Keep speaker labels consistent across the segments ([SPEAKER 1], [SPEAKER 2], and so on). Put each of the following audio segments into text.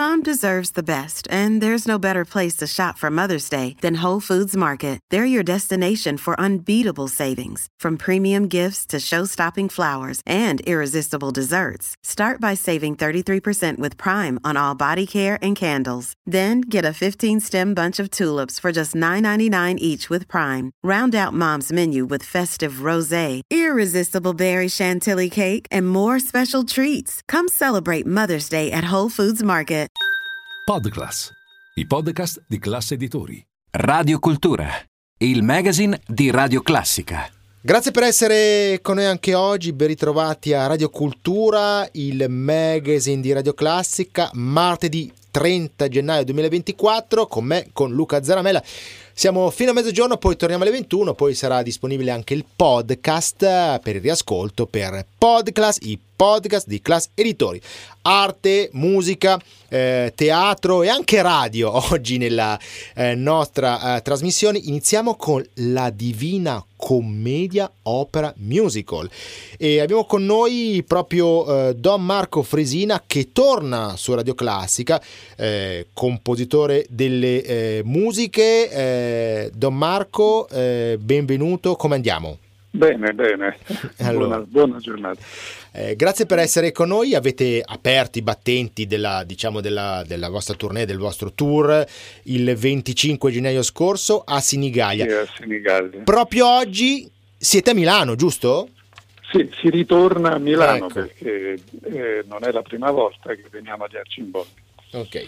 [SPEAKER 1] Mom deserves the best, and there's no better place to shop for Mother's Day than Whole Foods Market. They're your destination for unbeatable savings, from premium gifts to show-stopping flowers and irresistible desserts. Start by saving 33% with Prime on all body care and candles. Then get a 15-stem bunch of tulips for just $9.99 each with Prime. Round out Mom's menu with festive rosé, irresistible berry chantilly cake, and more special treats. Come celebrate Mother's Day at Whole Foods Market.
[SPEAKER 2] Podclass, i podcast di Class Editori.
[SPEAKER 3] Radio Cultura, il magazine di Radio Classica.
[SPEAKER 4] Grazie per essere con noi anche oggi, ben ritrovati a Radio Cultura, il magazine di Radio Classica, martedì 30 gennaio 2024, con me, con Luca Zaramella. Siamo fino a mezzogiorno, poi torniamo alle 21, poi sarà disponibile anche il podcast per il riascolto per Podclass, i podcast di Class Editori. Arte, musica, teatro e anche radio oggi nella nostra trasmissione. Iniziamo con la Divina Commedia Opera Musical e abbiamo con noi proprio Don Marco Fresina, che torna su Radio Classica, compositore delle musiche. Don Marco, benvenuto, come andiamo?
[SPEAKER 5] Bene.
[SPEAKER 4] Allora,
[SPEAKER 5] buona giornata.
[SPEAKER 4] Grazie per essere con noi. Avete aperto i battenti della vostra tournée, del vostro tour, il 25 gennaio scorso a Senigallia.
[SPEAKER 5] Sì, a Senigallia.
[SPEAKER 4] Proprio oggi siete a Milano, giusto?
[SPEAKER 5] Sì, si ritorna a Milano,
[SPEAKER 4] ecco,
[SPEAKER 5] perché non è la prima volta che veniamo agli Arcimboli.
[SPEAKER 4] Ok,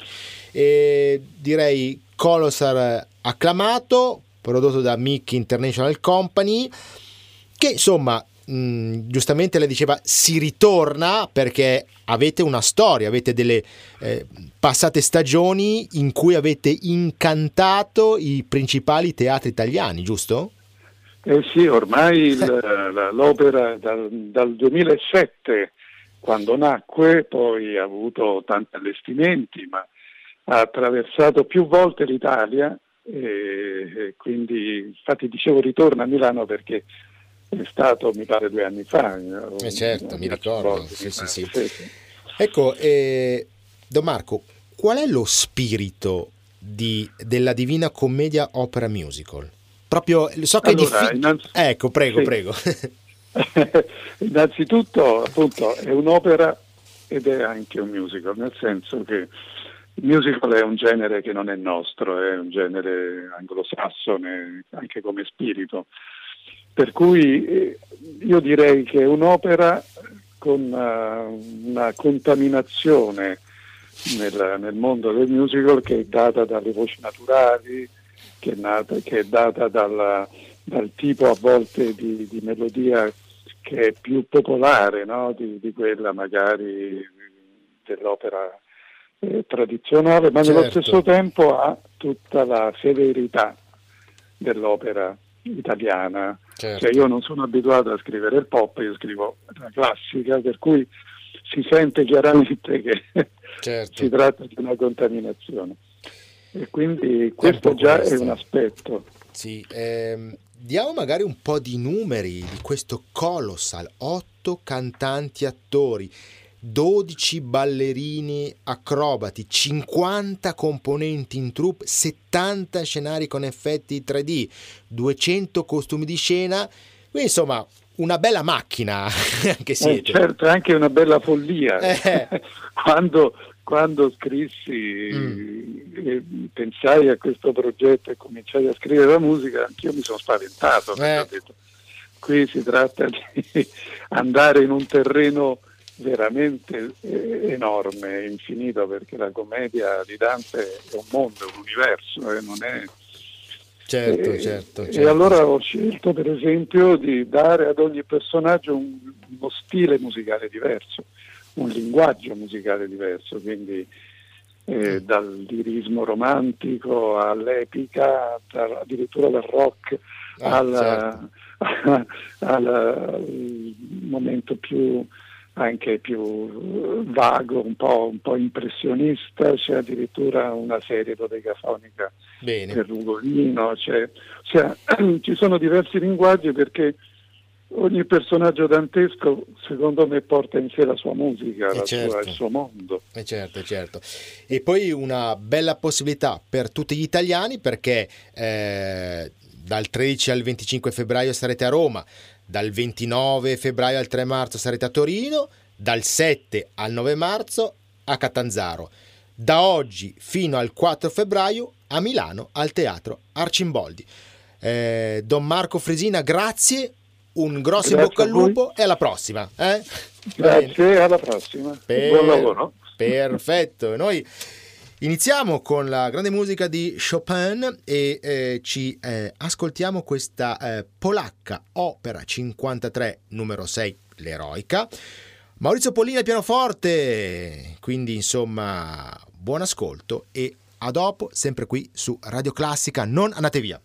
[SPEAKER 4] direi Colossal acclamato, prodotto da Mickey International Company, che insomma, giustamente lei diceva, si ritorna perché avete una storia, avete delle passate stagioni in cui avete incantato i principali teatri italiani, giusto?
[SPEAKER 5] Sì, ormai l'opera dal 2007, quando nacque, poi ha avuto tanti allestimenti, ma ha attraversato più volte l'Italia, e quindi infatti dicevo ritorna a Milano perché è stato, mi pare, 2 anni fa.
[SPEAKER 4] Certo, mi ricordo. Sì. Ecco, Don Marco, qual è lo spirito della Divina Commedia Opera Musical? Proprio, so che
[SPEAKER 5] allora,
[SPEAKER 4] è difficile. Ecco, prego.
[SPEAKER 5] Innanzitutto, appunto, è un'opera ed è anche un musical, nel senso che il musical è un genere che non è nostro, è un genere anglosassone anche come spirito, per cui io direi che è un'opera con una contaminazione nel mondo del musical che è data dalle voci naturali, che è data dal tipo a volte di melodia che è più popolare, no? di quella magari dell'opera tradizionale, ma
[SPEAKER 4] certo,
[SPEAKER 5] nello stesso tempo ha tutta la severità dell'opera italiana.
[SPEAKER 4] Certo.
[SPEAKER 5] Cioè, io non sono abituato a scrivere il pop, io scrivo la classica, per cui si sente chiaramente che
[SPEAKER 4] certo,
[SPEAKER 5] si tratta di una contaminazione. E quindi questo già è un aspetto.
[SPEAKER 4] Sì, diamo magari un po' di numeri di questo Colossal: 8 cantanti attori, 12 ballerini acrobati, 50 componenti in troupe, 70 scenari con effetti 3D, 200 costumi di scena, quindi insomma una bella macchina che siete.
[SPEAKER 5] Certo, è anche una bella follia. Quando scrissi e pensai a questo progetto e cominciai a scrivere la musica, anch'io mi sono spaventato, perché ho detto, qui si tratta di andare in un terreno veramente enorme, infinito, perché la commedia di Dante è un mondo, un universo, non è...
[SPEAKER 4] Certo.
[SPEAKER 5] E allora ho scelto, per esempio, di dare ad ogni personaggio uno stile musicale diverso, un linguaggio musicale diverso, quindi dal lirismo romantico all'epica, addirittura dal rock al momento anche più vago, un po' impressionista. C'è addirittura una serie dodecafonica per Ugolino, ci sono diversi linguaggi, perché ogni personaggio dantesco secondo me porta in sé la sua musica,
[SPEAKER 4] certo.
[SPEAKER 5] il suo mondo.
[SPEAKER 4] Certo. E poi una bella possibilità per tutti gli italiani, perché dal 13 al 25 febbraio sarete a Roma, dal 29 febbraio al 3 marzo sarete a Torino, dal 7 al 9 marzo a Catanzaro, da oggi fino al 4 febbraio a Milano al Teatro Arcimboldi. Don Marco Fresina, grazie, un grosso in bocca al lupo e alla prossima.
[SPEAKER 5] Grazie, alla prossima. Buon lavoro.
[SPEAKER 4] Perfetto, noi iniziamo con la grande musica di Chopin e ci ascoltiamo questa polacca opera 53 numero 6, l'Eroica. Maurizio Pollini al pianoforte, quindi insomma buon ascolto e a dopo, sempre qui su Radio Classica, non andate via.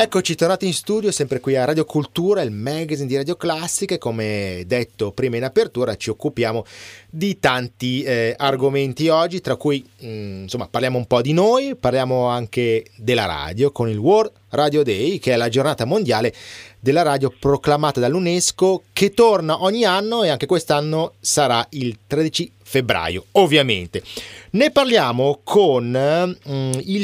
[SPEAKER 4] Eccoci tornati in studio, sempre qui a Radio Cultura, il magazine di Radio Classica, e come detto prima in apertura ci occupiamo di tanti argomenti oggi, tra cui insomma parliamo un po' di noi, parliamo anche della radio con il World Radio Day, che è la giornata mondiale della radio proclamata dall'UNESCO, che torna ogni anno, e anche quest'anno sarà il 13 febbraio, ovviamente. Ne parliamo con il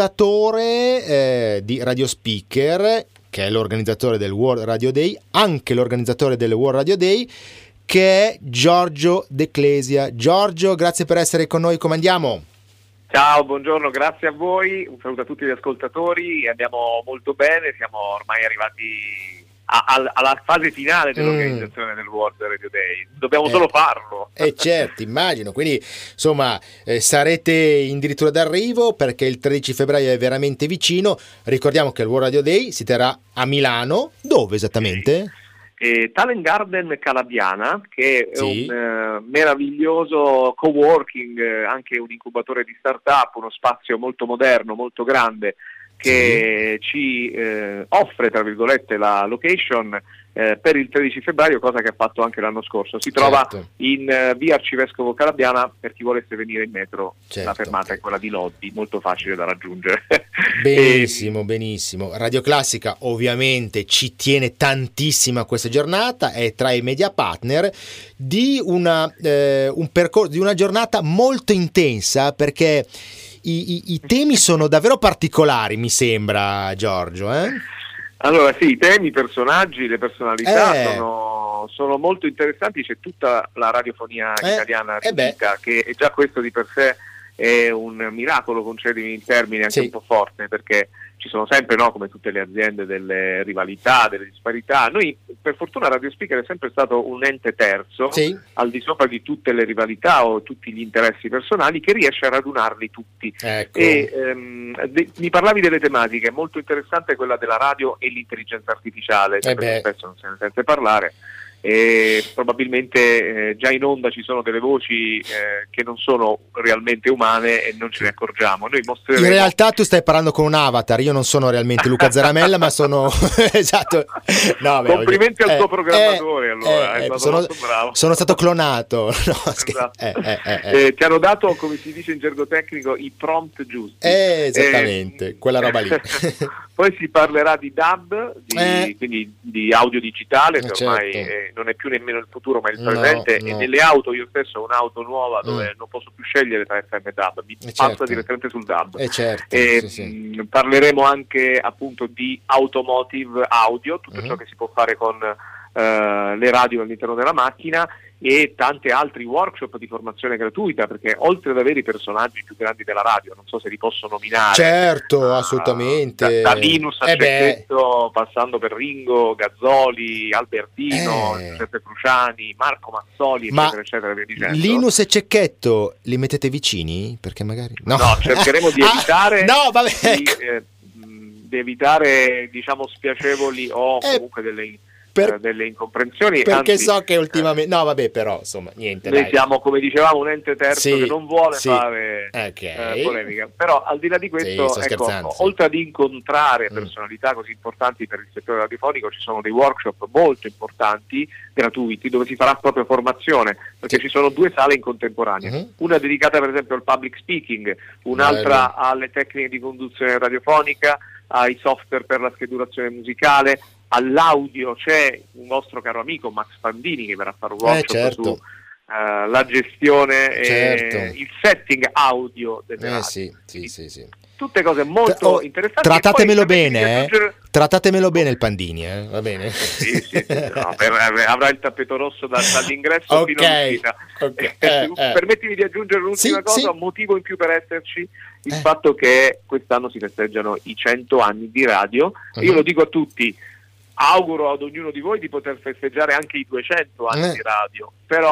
[SPEAKER 4] fondatore di Radio Speaker, che è l'organizzatore del World Radio Day, anche l'organizzatore del World Radio Day, che è Giorgio D'Ecclesia. Giorgio, grazie per essere con noi, come andiamo?
[SPEAKER 6] Ciao, buongiorno, grazie a voi, un saluto a tutti gli ascoltatori, andiamo molto bene, siamo ormai arrivati alla fase finale dell'organizzazione del World Radio Day, dobbiamo solo farlo.
[SPEAKER 4] Certo, immagino, quindi insomma sarete in dirittura d'arrivo, perché il 13 febbraio è veramente vicino. Ricordiamo che il World Radio Day si terrà a Milano, dove esattamente?
[SPEAKER 6] Talent Garden Calabiana, che è un meraviglioso coworking, anche un incubatore di startup, uno spazio molto moderno, molto grande, che ci offre, tra virgolette, la location per il 13 febbraio, cosa che ha fatto anche l'anno scorso. Si trova in via Arcivescovo Calabiana, per chi volesse venire in metro. La fermata è quella di Lodi, molto facile da raggiungere.
[SPEAKER 4] Benissimo, benissimo. Radio Classica ovviamente ci tiene tantissimo a questa giornata, è tra i media partner di un percorso, di una giornata molto intensa, perché i temi sono davvero particolari, mi sembra, Giorgio.
[SPEAKER 6] Allora sì, i temi, i personaggi, le personalità sono molto interessanti. C'è tutta la radiofonia italiana riunita, che già questo di per sé è un miracolo, concedimi il termine anche un po' forte, perché ci sono sempre, come tutte le aziende, delle rivalità, delle disparità. Noi, per fortuna, Radio Speaker è sempre stato un ente terzo, al di sopra di tutte le rivalità o tutti gli interessi personali, che riesce a radunarli tutti. Ecco. Mi parlavi delle tematiche, molto interessante quella della radio e l'intelligenza artificiale, perché spesso non se ne sente parlare. E probabilmente già in onda ci sono delle voci che non sono realmente umane e non ce ne accorgiamo. Noi mostreremo...
[SPEAKER 4] In realtà tu stai parlando con un avatar, io non sono realmente Luca Zaramella, ma sono esatto.
[SPEAKER 6] Complimenti al tuo programmatore, allora è stato molto bravo.
[SPEAKER 4] Sono stato clonato.
[SPEAKER 6] Ti hanno dato, come si dice in gergo tecnico, i prompt giusti.
[SPEAKER 4] Esattamente, quella roba lì.
[SPEAKER 6] Poi si parlerà di DAB, quindi di audio digitale, che ormai non è più nemmeno il futuro ma il presente, e nelle auto, io stesso ho un'auto nuova dove non posso più scegliere tra FM e DAB, mi passa direttamente sul DAB. Parleremo anche appunto di automotive audio, tutto ciò che si può fare con le radio all'interno della macchina, e tanti altri workshop di formazione gratuita, perché oltre ad avere i personaggi più grandi della radio, non so se li posso nominare, assolutamente, da Linus a Cecchetto, passando per Ringo, Gazzoli, Albertino, Giuseppe Cruciani, Marco Mazzoli, eccetera eccetera, via dicendo.
[SPEAKER 4] Linus e Cecchetto li mettete vicini? Perché magari
[SPEAKER 6] no, cercheremo di evitare di evitare, diciamo, spiacevoli o comunque delle incomprensioni,
[SPEAKER 4] perché so che ultimamente però insomma niente,
[SPEAKER 6] noi siamo, come dicevamo, un ente terzo che non vuole fare polemica, però al di là di questo, oltre ad incontrare personalità così importanti per il settore radiofonico, ci sono dei workshop molto importanti gratuiti dove si farà proprio formazione, perché ci sono due sale in contemporanea, una dedicata per esempio al public speaking, un'altra alle tecniche di conduzione radiofonica, ai software per la schedulazione musicale, all'audio. C'è un vostro caro amico Max Pandini che verrà a fare un workshop su la gestione e il setting audio delle radio. Tutte cose molto interessanti.
[SPEAKER 4] Trattatemelo bene, trattatemelo bene il Pandini, va bene?
[SPEAKER 6] Avrà il tappeto rosso dall'ingresso fino all'uscita. Permettimi di aggiungere l'ultima cosa, un motivo in più per esserci, il fatto che quest'anno si festeggiano i 100 anni di radio. Io lo dico a tutti, auguro ad ognuno di voi di poter festeggiare anche i 200 anni di radio, però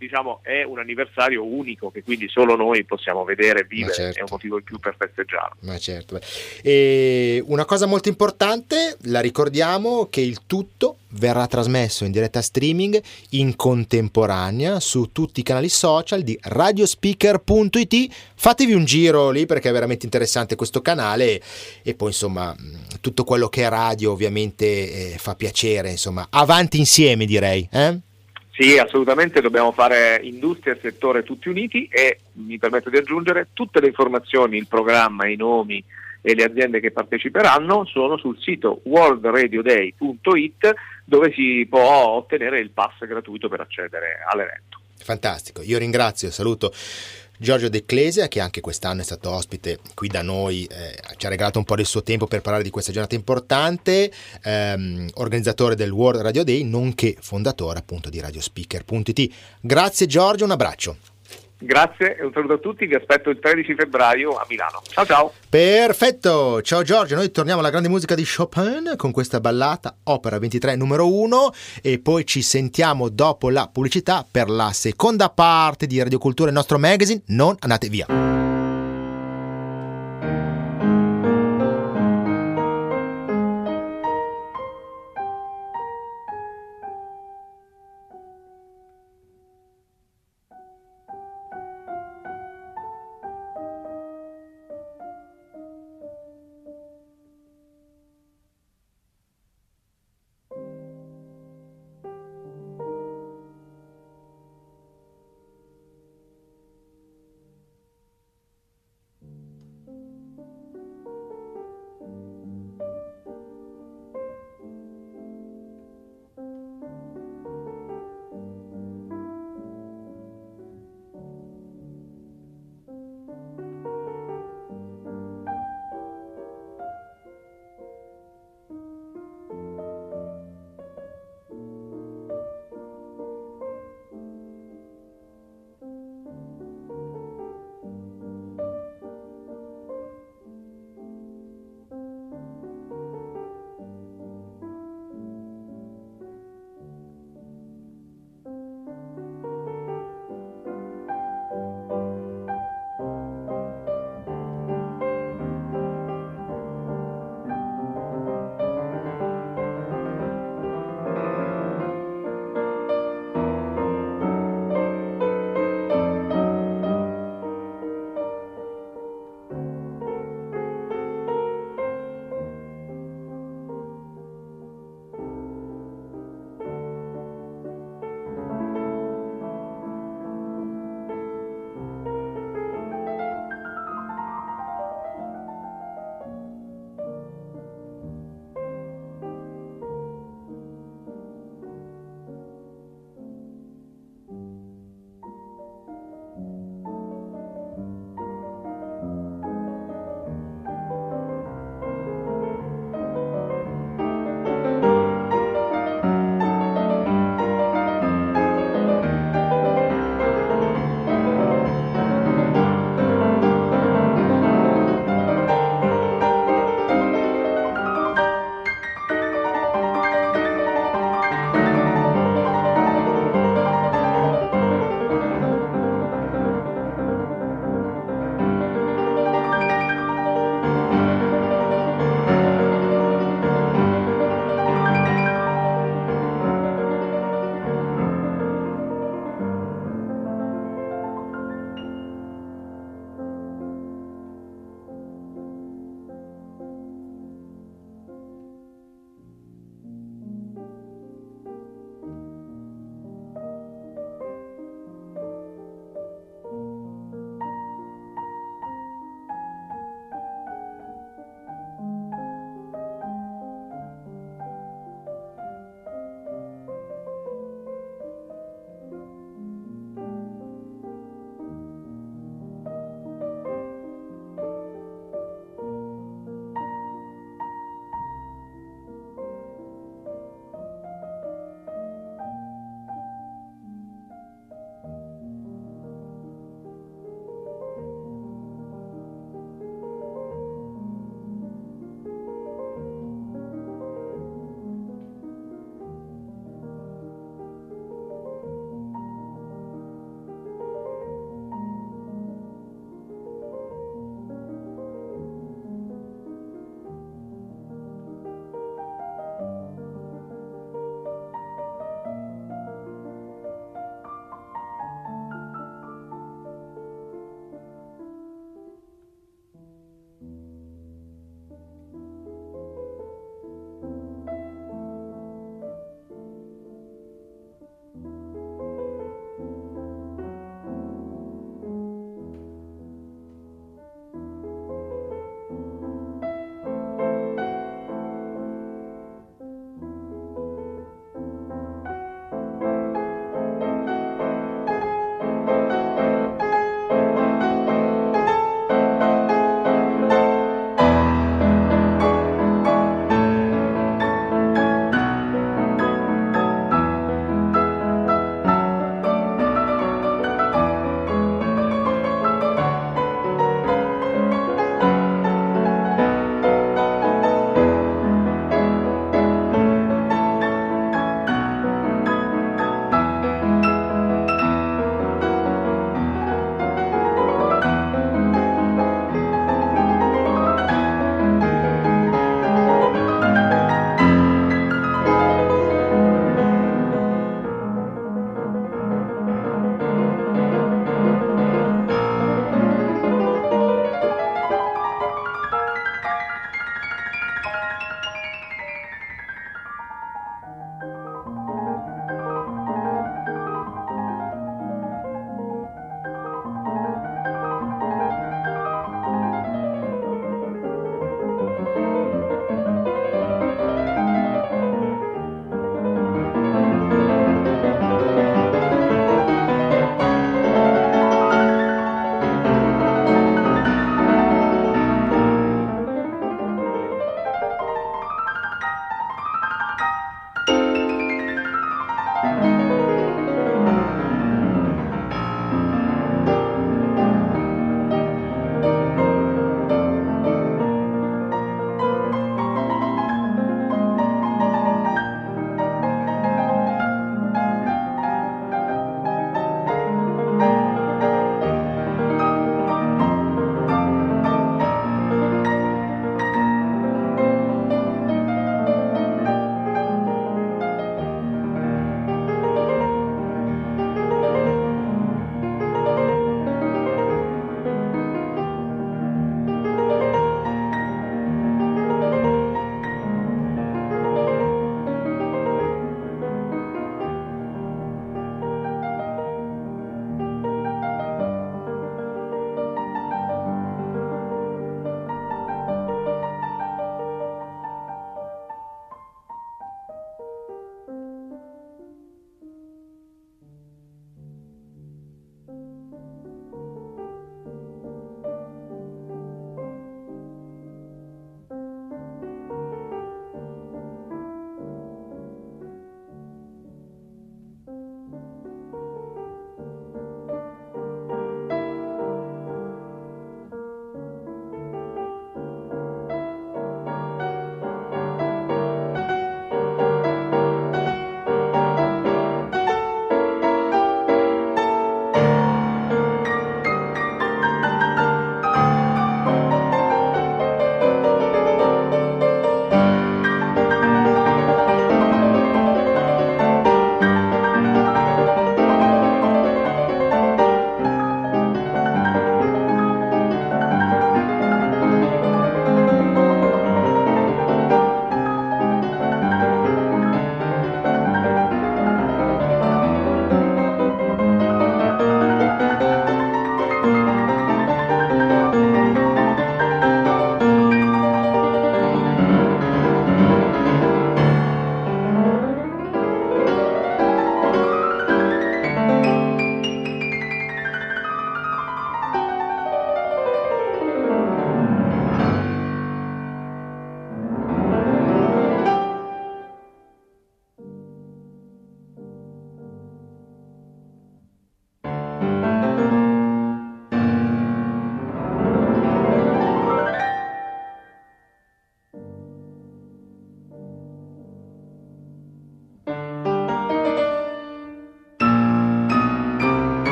[SPEAKER 6] diciamo è un anniversario unico che quindi solo noi possiamo vedere e vivere, certo. È un motivo in più per festeggiarlo.
[SPEAKER 4] Ma certo. E una cosa molto importante, la ricordiamo, che il tutto verrà trasmesso in diretta streaming in contemporanea su tutti i canali social di radiospeaker.it. Fatevi un giro lì perché è veramente interessante questo canale, e poi insomma tutto quello che è radio ovviamente fa piacere, insomma avanti insieme, direi.
[SPEAKER 6] Sì, assolutamente, dobbiamo fare industria e settore tutti uniti, e mi permetto di aggiungere tutte le informazioni, il programma, i nomi e le aziende che parteciperanno sono sul sito worldradioday.it, dove si può ottenere il pass gratuito per accedere all'evento.
[SPEAKER 4] Fantastico, io ringrazio e saluto Giorgio D'Ecclesia, che anche quest'anno è stato ospite qui da noi, ci ha regalato un po' del suo tempo per parlare di questa giornata importante, organizzatore del World Radio Day, nonché fondatore appunto di radiospeaker.it. Grazie Giorgio, un abbraccio.
[SPEAKER 6] Grazie e un saluto a tutti, vi aspetto il 13 febbraio a Milano. Ciao ciao.
[SPEAKER 4] Perfetto, ciao Giorgio, noi torniamo alla grande musica di Chopin con questa ballata Opera 23 numero 1, e poi ci sentiamo dopo la pubblicità per la seconda parte di Radio Cultura, il nostro magazine. Non andate via.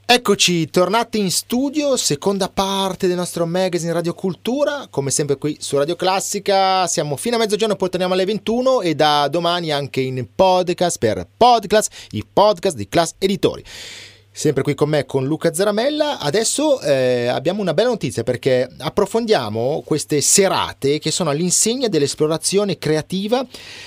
[SPEAKER 4] Eccoci, tornati in studio, seconda parte del nostro magazine Radio Cultura, come sempre qui su Radio Classica, siamo fino a mezzogiorno, poi torniamo alle 21 e da domani anche in podcast per Podcast, i podcast di Class Editori. Sempre qui con me, con Luca Zaramella. Adesso abbiamo una bella notizia perché approfondiamo queste serate che sono all'insegna dell'esplorazione creativa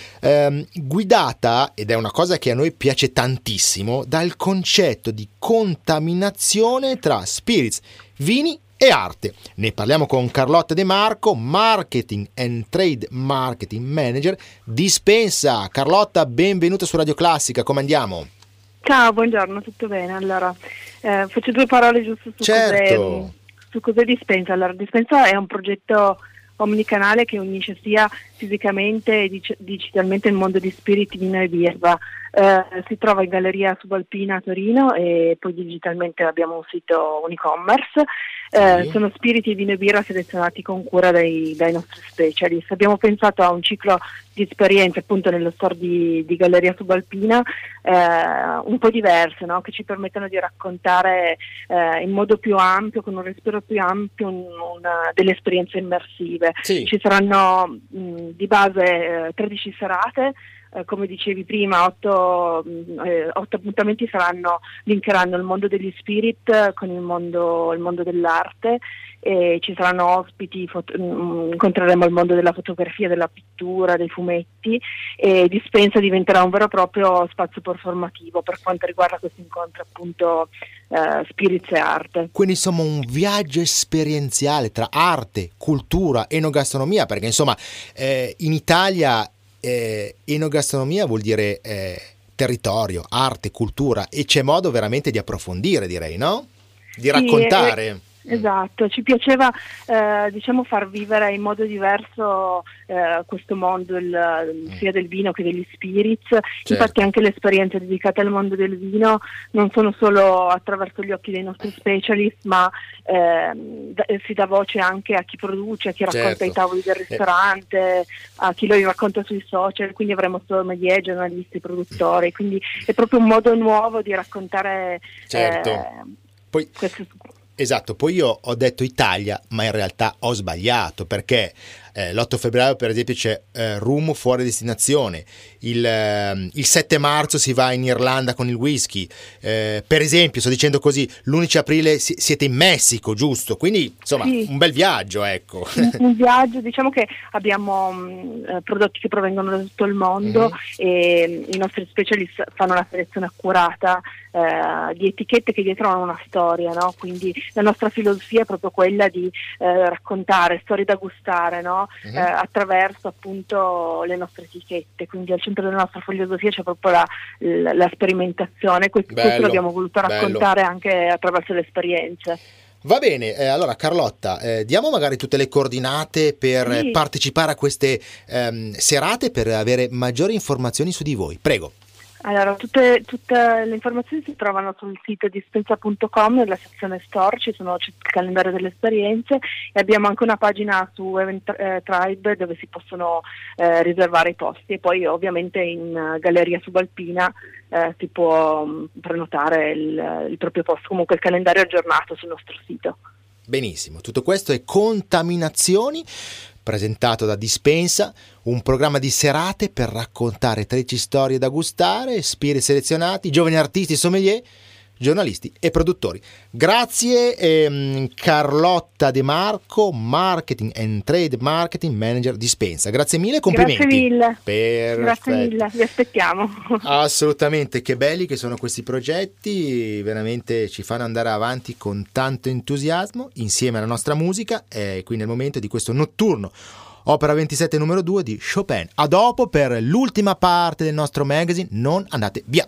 [SPEAKER 4] guidata, ed è una cosa che a noi piace tantissimo, dal concetto di contaminazione tra spirits, vini e arte. Ne parliamo con Carlotta De Marco, Marketing and Trade Marketing Manager Dispensa. Carlotta, benvenuta su Radio Classica, come andiamo?
[SPEAKER 7] Ciao, buongiorno, tutto bene? Allora, faccio due parole giusto su cos'è Dispensa. Allora, Dispensa è un progetto omnicanale che unisce sia fisicamente e digitalmente il mondo di spiriti, vino e birra. Si trova in Galleria Subalpina a Torino e poi digitalmente abbiamo un sito, un e-commerce. Sono spiriti, vino e birra selezionati con cura dai nostri specialist. Abbiamo pensato a un ciclo di esperienze appunto nello store di Galleria Subalpina un po' diverse, no? Che ci permettono di raccontare in modo più ampio, con un respiro più ampio, delle esperienze immersive.
[SPEAKER 4] Sì.
[SPEAKER 7] Ci saranno di base 13 serate. Come dicevi prima, 8 appuntamenti linkeranno il mondo degli spirit con il mondo dell'arte, e ci saranno ospiti, incontreremo il mondo della fotografia, della pittura, dei fumetti, e Dispensa diventerà un vero e proprio spazio performativo per quanto riguarda questo incontro appunto spirits e arte.
[SPEAKER 4] Quindi insomma un viaggio esperienziale tra arte, cultura, enogastronomia, perché insomma in Italia enogastronomia vuol dire territorio, arte, cultura, e c'è modo veramente di approfondire, direi, no? Di raccontare.
[SPEAKER 7] Esatto, ci piaceva far vivere in modo diverso questo mondo sia del vino che degli spirits. Certo. Infatti anche le esperienze dedicate al mondo del vino non sono solo attraverso gli occhi dei nostri specialist, ma si dà voce anche a chi produce, a chi racconta. Certo. I tavoli del ristorante, a chi lo racconta sui social, quindi avremo sommelier, giornalisti, produttori, quindi è proprio un modo nuovo di raccontare.
[SPEAKER 4] Certo. Poi esatto, poi io ho detto Italia, ma in realtà ho sbagliato, perché l'8 febbraio per esempio c'è Rum fuori destinazione, il 7 marzo si va in Irlanda con il whisky, per esempio, sto dicendo così, l'11 aprile siete in Messico, giusto? Quindi insomma sì, un bel viaggio, ecco.
[SPEAKER 7] Un viaggio, diciamo che abbiamo prodotti che provengono da tutto il mondo, e i nostri specialist fanno una selezione accurata di etichette che dietro hanno una storia, no? Quindi la nostra filosofia è proprio quella di raccontare storie da gustare, no? Attraverso appunto le nostre etichette, quindi al centro della nostra filosofia c'è proprio la sperimentazione. Questo l'abbiamo voluto raccontare anche attraverso le esperienze.
[SPEAKER 4] Va bene, allora Carlotta, diamo magari tutte le coordinate per partecipare a queste serate, per avere maggiori informazioni su di voi, prego.
[SPEAKER 7] Allora, tutte le informazioni si trovano sul sito dispensa.com, nella sezione store c'è il calendario delle esperienze, e abbiamo anche una pagina su Event Tribe dove si possono riservare i posti, e poi ovviamente in Galleria Subalpina si può prenotare il proprio posto. Comunque il calendario è aggiornato sul nostro sito.
[SPEAKER 4] Benissimo, tutto questo è Contaminazioni, presentato da Dispensa, un programma di serate per raccontare 13 storie da gustare, spirit selezionati, giovani artisti, sommelier, giornalisti e produttori. Grazie Carlotta De Marco, Marketing and Trade Marketing Manager Dispensa. Grazie mille, complimenti.
[SPEAKER 7] Grazie mille.
[SPEAKER 4] Perfetto.
[SPEAKER 7] Grazie mille, vi aspettiamo.
[SPEAKER 4] Assolutamente, che belli che sono questi progetti, veramente ci fanno andare avanti con tanto entusiasmo insieme alla nostra musica, e qui nel momento di questo notturno Opera 27 numero 2 di Chopin. A dopo per l'ultima parte del nostro magazine, non andate via.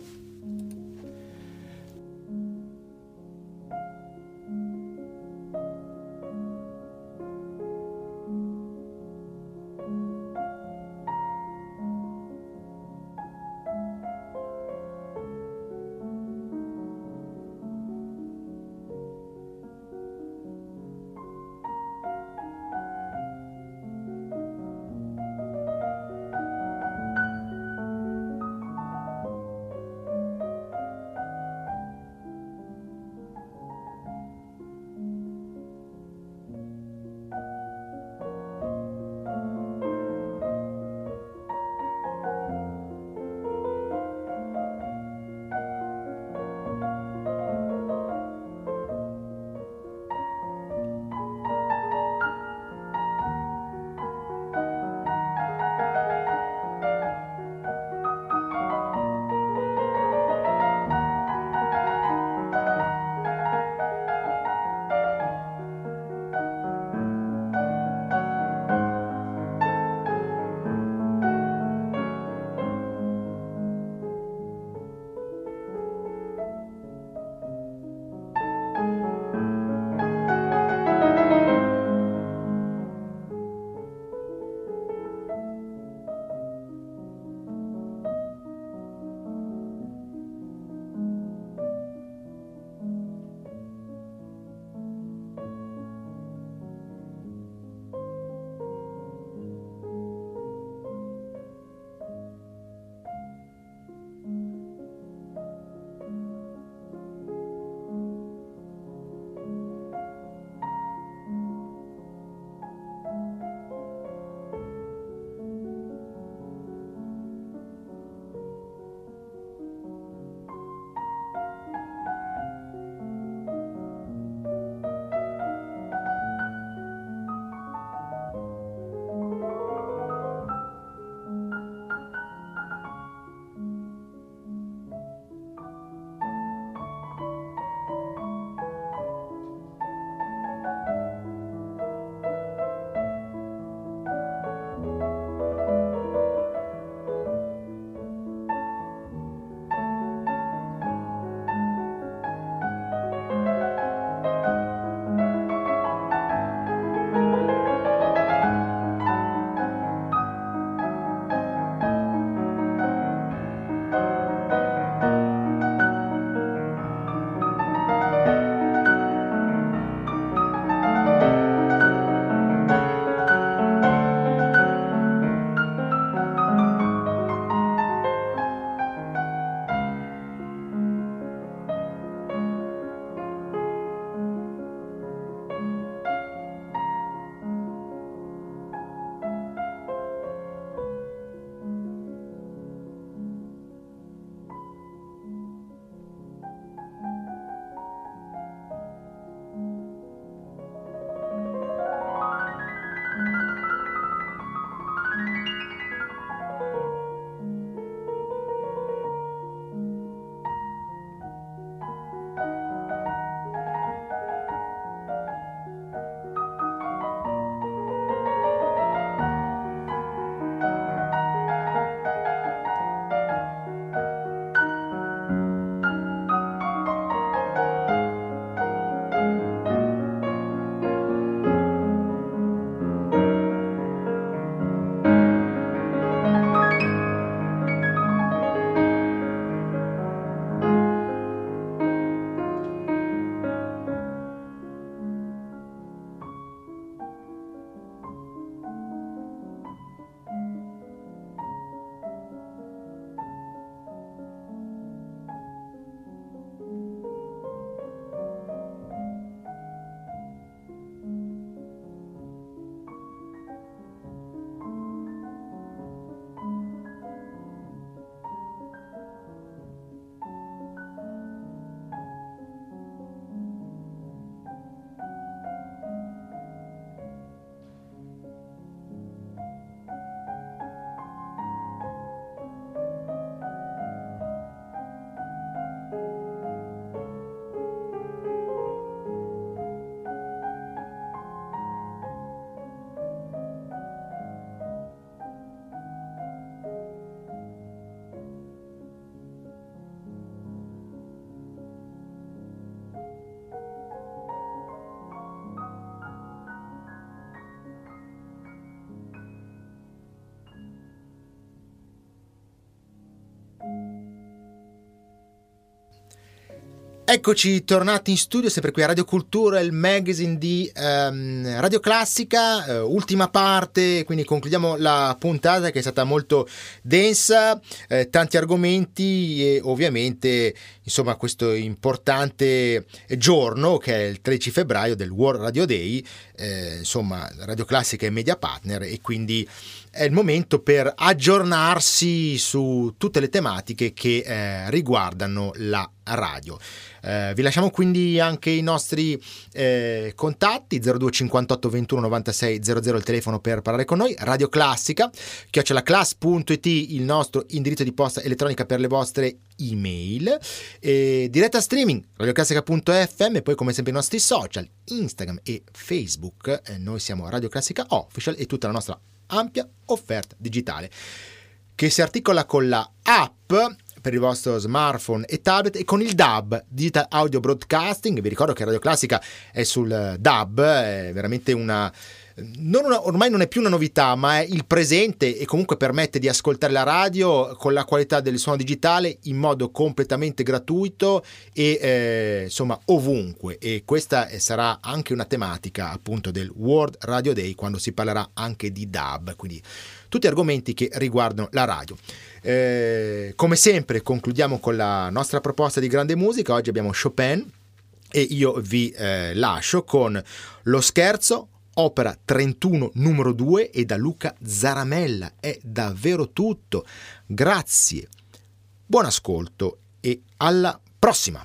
[SPEAKER 4] Eccoci tornati in studio, sempre qui a Radio Cultura, il magazine di Radio Classica, ultima parte, quindi concludiamo la puntata che è stata molto densa, tanti argomenti e ovviamente insomma questo importante giorno che è il 13 febbraio del World Radio Day, insomma Radio Classica è media partner e quindi è il momento per aggiornarsi su tutte le tematiche che riguardano la radio. Vi lasciamo quindi anche i nostri contatti 02 58 21 96 00 il telefono per parlare con noi, Radio Classica @class.it il nostro indirizzo di posta elettronica per le vostre email, diretta streaming radioclassica.fm e poi come sempre i nostri social Instagram e Facebook, noi siamo Radio Classica Official e tutta la nostra ampia offerta digitale che si articola con la app per il vostro smartphone e tablet e con il DAB, Digital Audio Broadcasting. Vi ricordo che Radio Classica è sul DAB, è veramente ormai non è più una novità, ma è il presente e comunque permette di ascoltare la radio con la qualità del suono digitale in modo completamente gratuito e insomma ovunque, e questa sarà anche una tematica appunto del World Radio Day quando si parlerà anche di DAB, quindi tutti argomenti che riguardano la radio. Come sempre concludiamo con la nostra proposta di grande musica. Oggi abbiamo Chopin e io vi lascio con Lo scherzo, opera 31 numero 2 e da Luca Zaramella. È davvero tutto, grazie, buon ascolto e alla prossima.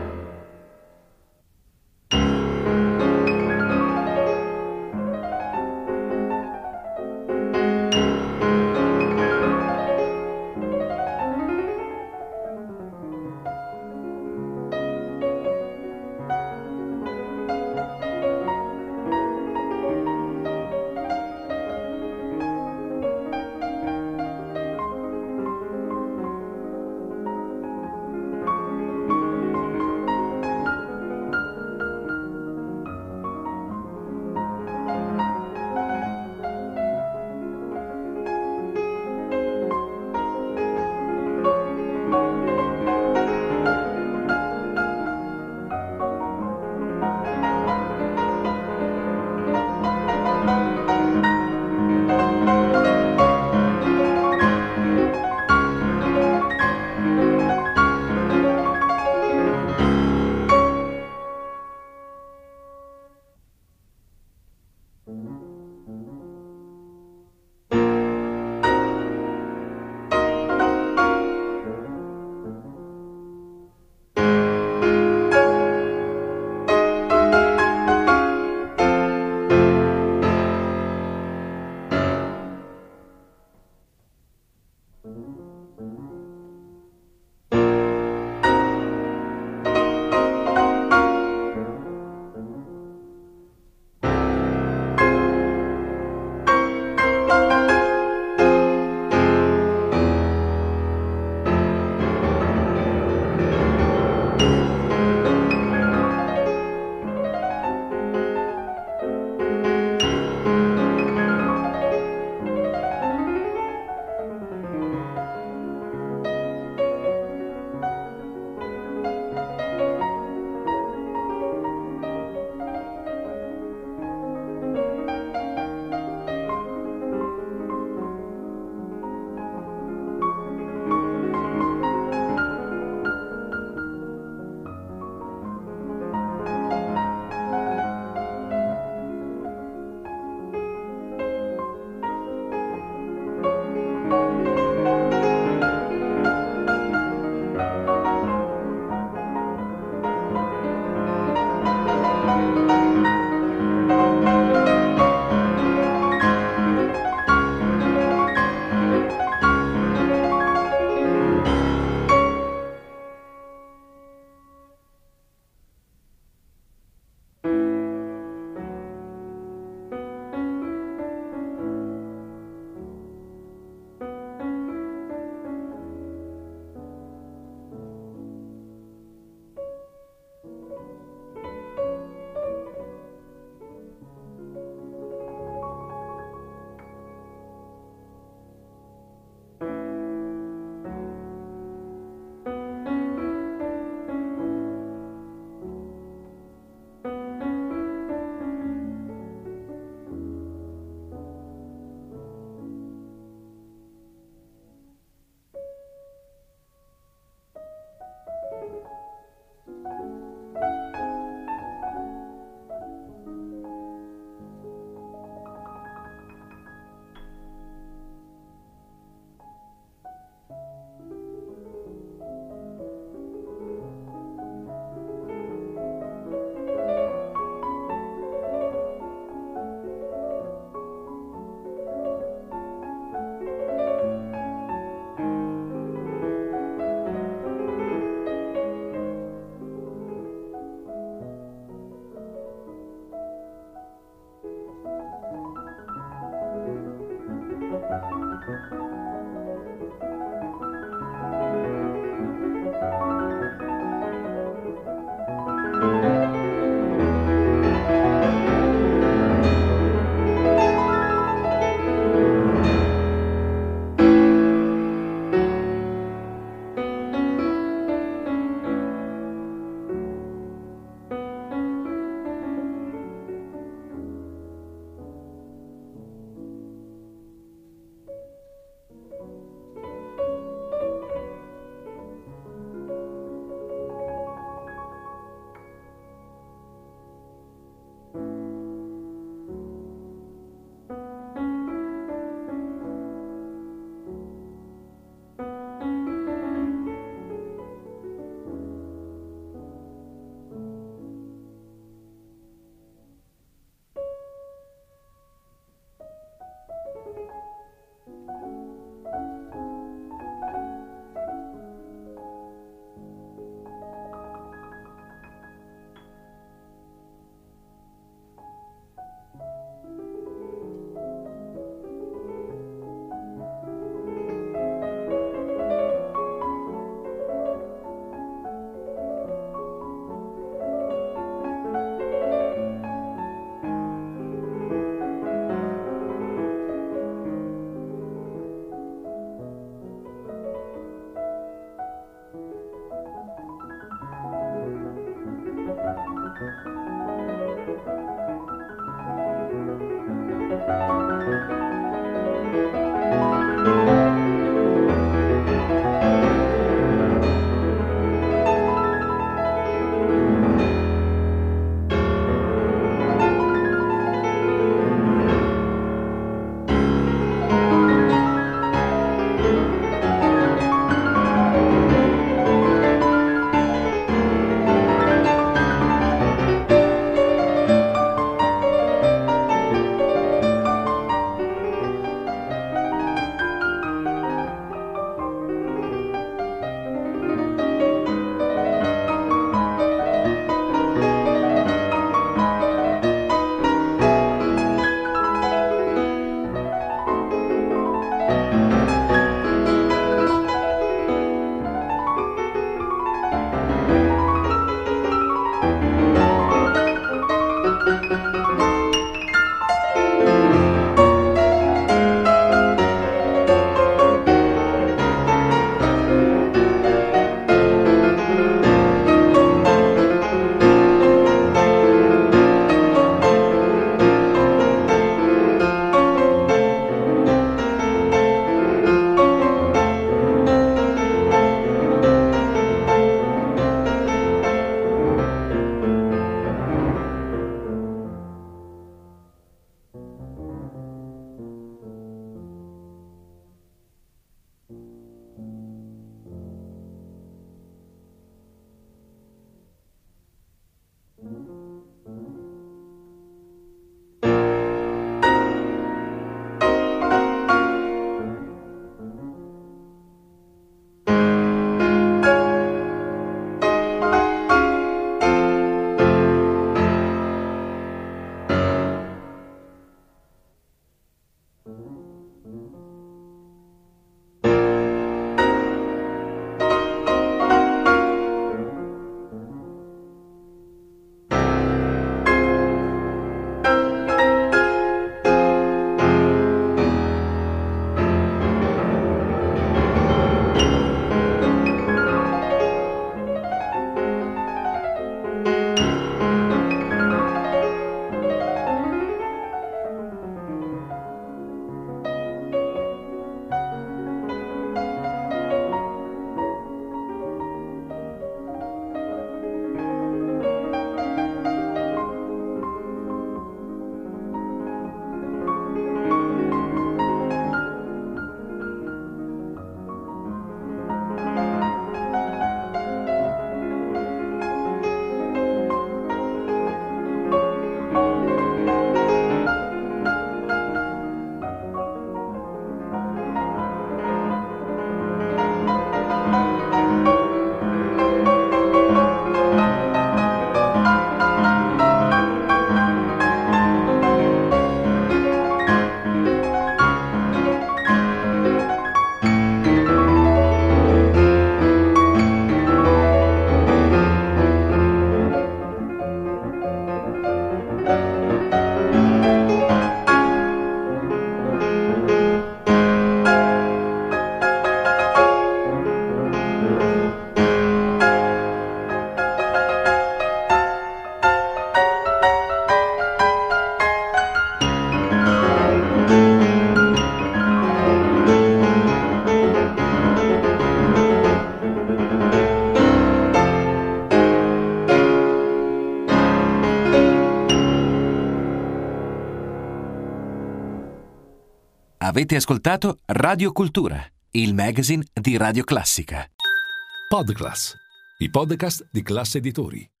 [SPEAKER 3] Avete ascoltato Radio Cultura, il magazine di Radio Classica.
[SPEAKER 2] Podclass, i podcast di Classe Editori.